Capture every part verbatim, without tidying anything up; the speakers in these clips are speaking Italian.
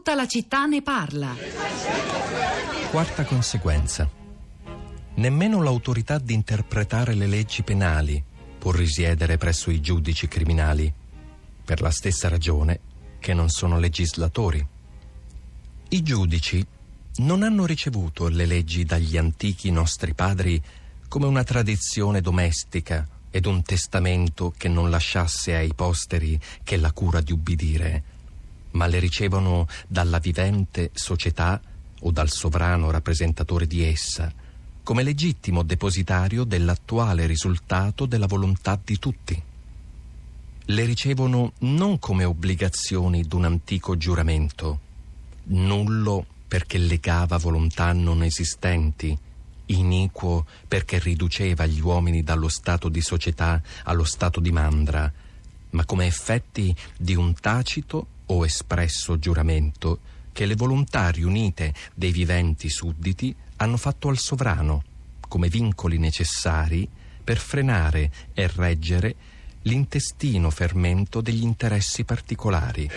Tutta la città ne parla. Quarta conseguenza. Nemmeno l'autorità di interpretare le leggi penali può risiedere presso i giudici criminali, per la stessa ragione che non sono legislatori. I giudici non hanno ricevuto le leggi dagli antichi nostri padri come una tradizione domestica ed un testamento che non lasciasse ai posteri che la cura di ubbidire, ma le ricevono dalla vivente società o dal sovrano rappresentatore di essa, come legittimo depositario dell'attuale risultato della volontà di tutti. Le ricevono non come obbligazioni d'un antico giuramento, nullo perché legava volontà non esistenti, iniquo perché riduceva gli uomini dallo stato di società allo stato di mandra, ma come effetti di un tacito o espresso giuramento che le volontà riunite dei viventi sudditi hanno fatto al sovrano, come vincoli necessari per frenare e reggere l'intestino fermento degli interessi particolari.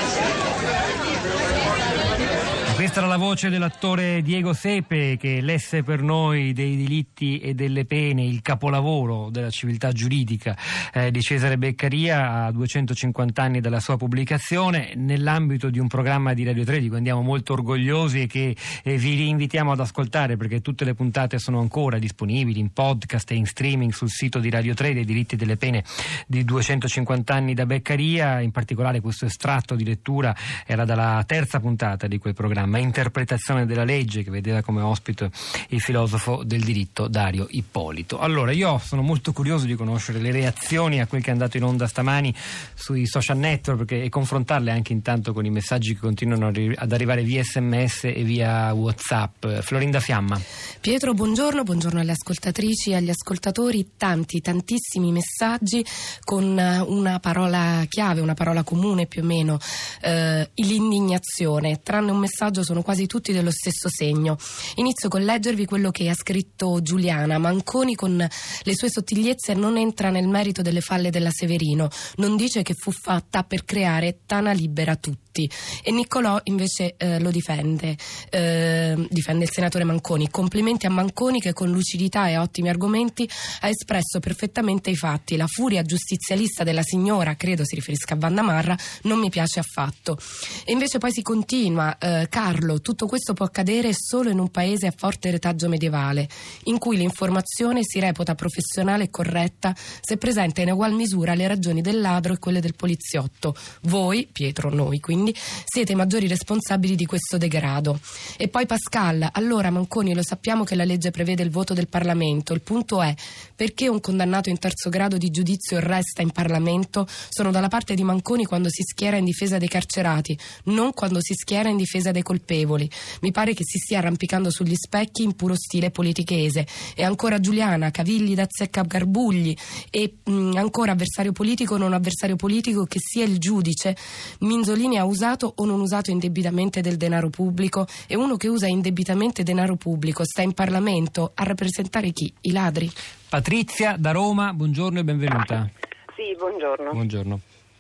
Questa era la voce dell'attore Diego Sepe, che lesse per noi Dei diritti e delle pene, il capolavoro della civiltà giuridica eh, di Cesare Beccaria, a duecentocinquanta anni dalla sua pubblicazione, nell'ambito di un programma di Radio tre di cui andiamo molto orgogliosi e che eh, vi rinvitiamo ad ascoltare, perché tutte le puntate sono ancora disponibili in podcast e in streaming sul sito di Radio tre, Dei diritti e delle pene di duecentocinquanta anni da Beccaria. In particolare questo estratto di lettura era dalla terza puntata di quel programma, Interpretazione della legge, che vedeva come ospite il filosofo del diritto Dario Ippolito. Allora, io sono molto curioso di conoscere le reazioni a quel che è andato in onda stamani sui social network, perché, e confrontarle anche intanto con i messaggi che continuano ad arrivare via sms e via WhatsApp. Florinda Fiamma. Pietro, buongiorno, buongiorno alle ascoltatrici e agli ascoltatori. Tanti, tantissimi messaggi con una parola chiave, una parola comune più o meno, eh, l'indignazione. Tranne un messaggio sono quasi tutti dello stesso segno. Inizio con leggervi quello che ha scritto Giuliana. Manconi con le sue sottigliezze non entra nel merito delle falle della Severino, non dice che fu fatta per creare Tana libera tutti. E Niccolò invece eh, lo difende eh, difende il senatore Manconi. Complimenti a Manconi, che con lucidità e ottimi argomenti ha espresso perfettamente i fatti. La furia giustizialista della signora, credo si riferisca a Wanda Marra, non mi piace affatto. E invece poi si continua. eh, Carlo, tutto questo può accadere solo in un paese a forte retaggio medievale, in cui l'informazione si reputa professionale e corretta se presenta in egual misura le ragioni del ladro e quelle del poliziotto. Voi, Pietro, noi quindi, siete i maggiori responsabili di questo degrado. E poi Pascal, allora Manconi, lo sappiamo che la legge prevede il voto del Parlamento, il punto è: perché un condannato in terzo grado di giudizio resta in Parlamento? Sono dalla parte di Manconi quando si schiera in difesa dei carcerati, non quando si schiera in difesa dei colpevoli. Mi pare che si stia arrampicando sugli specchi in puro stile politichese. E ancora Giuliana, cavigli da Zeccagarbugli. E mh, ancora avversario politico o non avversario politico, che sia il giudice. Minzolini ha usato o non usato indebitamente del denaro pubblico, e uno che usa indebitamente denaro pubblico sta in Parlamento a rappresentare chi? I ladri? Patrizia da Roma, buongiorno e benvenuta. Sì, buongiorno. Buongiorno.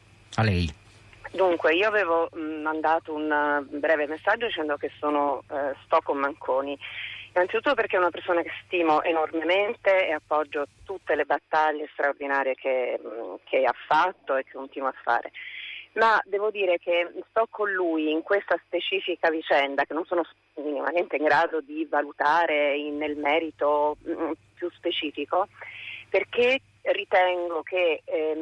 A lei. Dunque, io avevo mh, mandato un uh, breve messaggio dicendo che sono uh, sto con Manconi. Innanzitutto perché è una persona che stimo enormemente e appoggio tutte le battaglie straordinarie che, mh, che ha fatto e che continua a fare. Ma devo dire che sto con lui in questa specifica vicenda, che non sono minimamente in grado di valutare in, nel merito mh, più specifico, perché ritengo che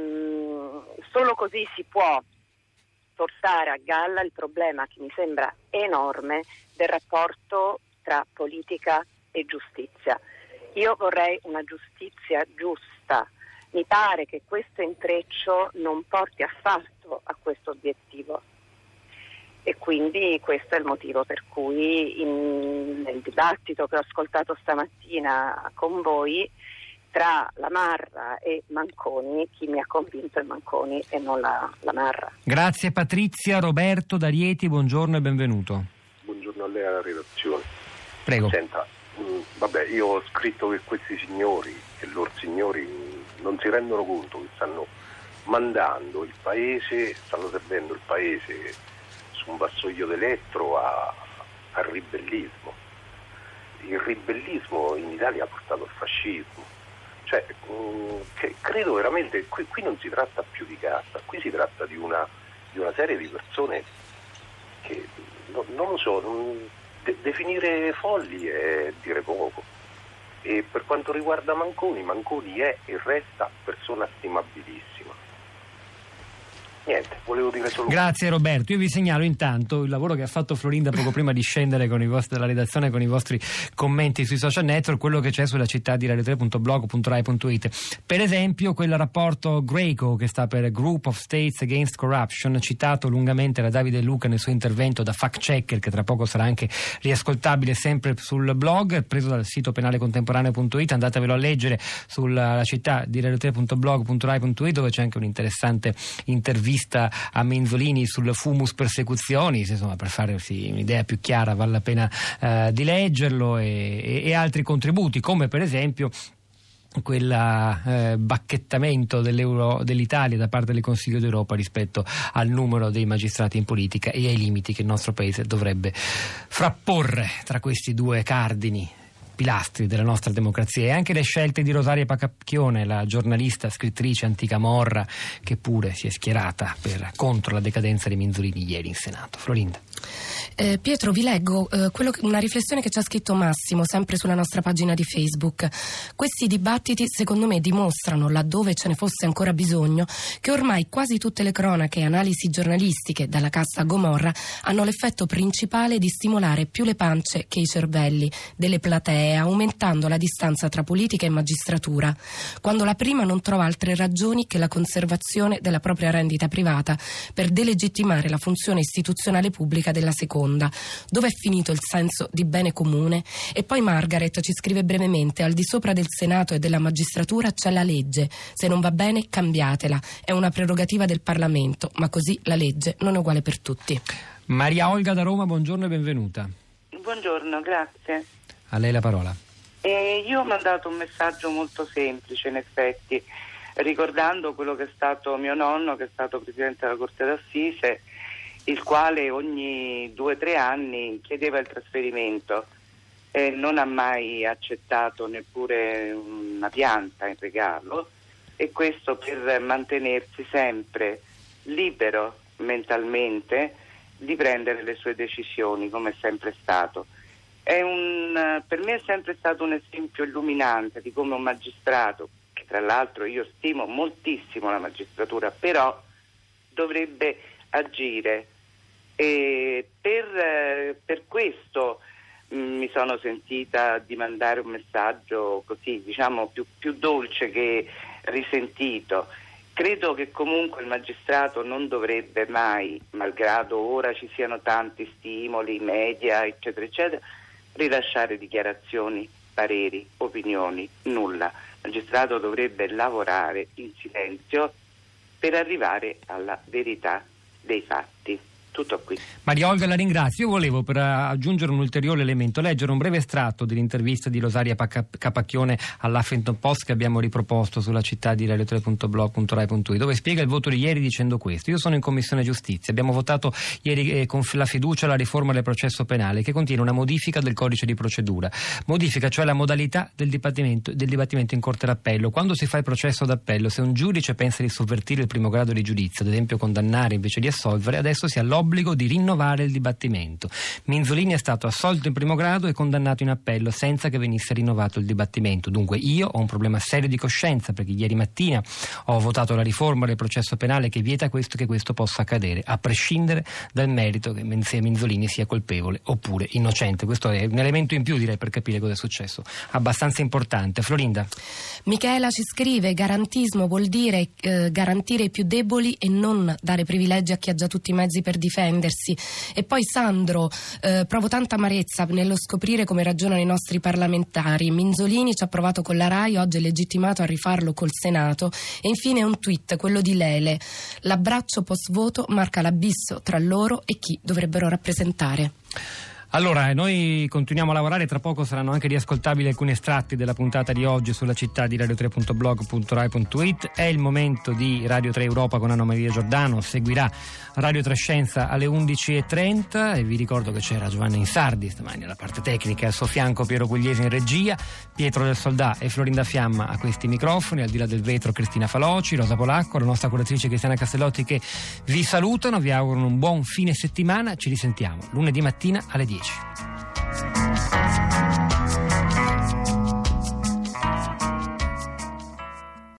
ehm, solo così si può portare a galla il problema, che mi sembra enorme, del rapporto tra politica e giustizia. Io vorrei una giustizia giusta. Mi pare che questo intreccio non porti affatto a questo obiettivo, e quindi questo è il motivo per cui in, nel dibattito che ho ascoltato stamattina con voi, tra la Marra e Manconi, chi mi ha convinto è Manconi e non la, la Marra. Grazie Patrizia. Roberto da Rieti, buongiorno e benvenuto. Buongiorno a lei, alla redazione. Prego. Senta, mh, vabbè, io ho scritto che questi signori e loro signori mh, non si rendono conto che stanno mandando il paese, stanno servendo il paese su un vassoio d'elettro a, al ribellismo. Il ribellismo in Italia ha portato al fascismo. Cioè, mh, che credo veramente, qui, qui non si tratta più di casta, qui si tratta di una, di una serie di persone che, no, non lo so, non, de, definire folli è dire poco. E per quanto riguarda Manconi, Manconi è e resta persona stimabilissima. Niente, volevo dire solo. Grazie Roberto, io vi segnalo intanto il lavoro che ha fatto Florinda poco prima di scendere con i vostri, dalla redazione con i vostri commenti sui social network, quello che c'è sulla città di radio tre punto blog punto rai punto it. Per esempio quel rapporto Greco, che sta per Group of States Against Corruption, citato lungamente da Davide Luca nel suo intervento da fact checker, che tra poco sarà anche riascoltabile sempre sul blog, preso dal sito penale contemporaneo punto it. Andatevelo a leggere sulla città di radio tre punto blog punto rai punto it, dove c'è anche un'interessante intervista a Minzolini sul fumus persecuzioni, insomma, per farsi un'idea più chiara vale la pena eh, di leggerlo, e, e, e altri contributi, come per esempio quel eh, bacchettamento dell'euro dell'Italia da parte del Consiglio d'Europa rispetto al numero dei magistrati in politica e ai limiti che il nostro paese dovrebbe frapporre tra questi due cardini pilastri della nostra democrazia, e anche le scelte di Rosaria Pacacchione, la giornalista, scrittrice anticamorra, che pure si è schierata per, contro la decadenza di Minzolini ieri in Senato. Florinda. Eh, Pietro, vi leggo eh, quello che, una riflessione che ci ha scritto Massimo, sempre sulla nostra pagina di Facebook. Questi dibattiti, secondo me, dimostrano, laddove ce ne fosse ancora bisogno, che ormai quasi tutte le cronache e analisi giornalistiche, dalla cassa a Gomorra, hanno l'effetto principale di stimolare più le pance che i cervelli delle platee, aumentando la distanza tra politica e magistratura, quando la prima non trova altre ragioni che la conservazione della propria rendita privata per delegittimare la funzione istituzionale pubblica della seconda. Dove è finito il senso di bene comune? E poi Margaret ci scrive brevemente: al di sopra del Senato e della magistratura c'è la legge, se non va bene cambiatela, è una prerogativa del Parlamento, ma così la legge non è uguale per tutti. Maria Olga da Roma, buongiorno e benvenuta. Buongiorno, grazie. A lei la parola. Eh, io ho mandato un messaggio molto semplice, in effetti, ricordando quello che è stato mio nonno, che è stato presidente della Corte d'Assise, il quale ogni due o tre anni chiedeva il trasferimento e non ha mai accettato neppure una pianta in regalo, e questo per mantenersi sempre libero mentalmente di prendere le sue decisioni, come è sempre stato. È un, per me è sempre stato un esempio illuminante di come un magistrato, che tra l'altro io stimo moltissimo la magistratura, però dovrebbe agire, e per, per questo mh, mi sono sentita di mandare un messaggio così, diciamo, più, più dolce che risentito. Credo che comunque il magistrato non dovrebbe mai, malgrado ora ci siano tanti stimoli, media, eccetera, eccetera, rilasciare dichiarazioni, pareri, opinioni, nulla. Il magistrato dovrebbe lavorare in silenzio per arrivare alla verità dei fatti. Tutto qui. Maria Olga, la ringrazio. Io volevo, per aggiungere un ulteriore elemento, leggere un breve estratto dell'intervista di Rosaria Capacchione all'Huffington Post che abbiamo riproposto sulla città di radio tre punto blog punto rai punto it, dove spiega il voto di ieri dicendo questo: io sono in Commissione Giustizia, abbiamo votato ieri eh, con la fiducia la riforma del processo penale, che contiene una modifica del codice di procedura, modifica cioè la modalità del dibattimento, del dibattimento in Corte d'Appello. Quando si fa il processo d'appello, se un giudice pensa di sovvertire il primo grado di giudizio, ad esempio condannare invece di assolvere, adesso si ha l'obbligo di rinnovare il dibattimento. Minzolini è stato assolto in primo grado e condannato in appello senza che venisse rinnovato il dibattimento. Dunque io ho un problema serio di coscienza, perché ieri mattina ho votato la riforma del processo penale che vieta questo, che questo possa accadere, a prescindere dal merito che Minzolini sia colpevole oppure innocente. Questo è un elemento in più, direi, per capire cosa è successo, abbastanza importante. Florinda. Michela ci scrive: garantismo vuol dire eh, garantire i più deboli e non dare privilegi a chi ha già tutti i mezzi per difendersi. E poi Sandro: eh, provo tanta amarezza nello scoprire come ragionano i nostri parlamentari. Minzolini ci ha provato con la RAI, oggi è legittimato a rifarlo col Senato. E infine un tweet, quello di Lele: l'abbraccio post voto marca l'abisso tra loro e chi dovrebbero rappresentare. Allora, noi continuiamo a lavorare, tra poco saranno anche riascoltabili alcuni estratti della puntata di oggi sulla città di radio tre punto blog punto rai punto it. È il momento di Radio tre Europa con Anna Maria Giordano, seguirà Radio tre Scienza alle undici e trenta e vi ricordo che c'era Giovanna Insardi stamani alla parte tecnica, al suo fianco Piero Pugliese in regia, Pietro del Soldà e Florinda Fiamma a questi microfoni, al di là del vetro Cristina Faloci, Rosa Polacco, la nostra curatrice Cristiana Castellotti che vi salutano, vi augurano un buon fine settimana, ci risentiamo lunedì mattina alle dieci.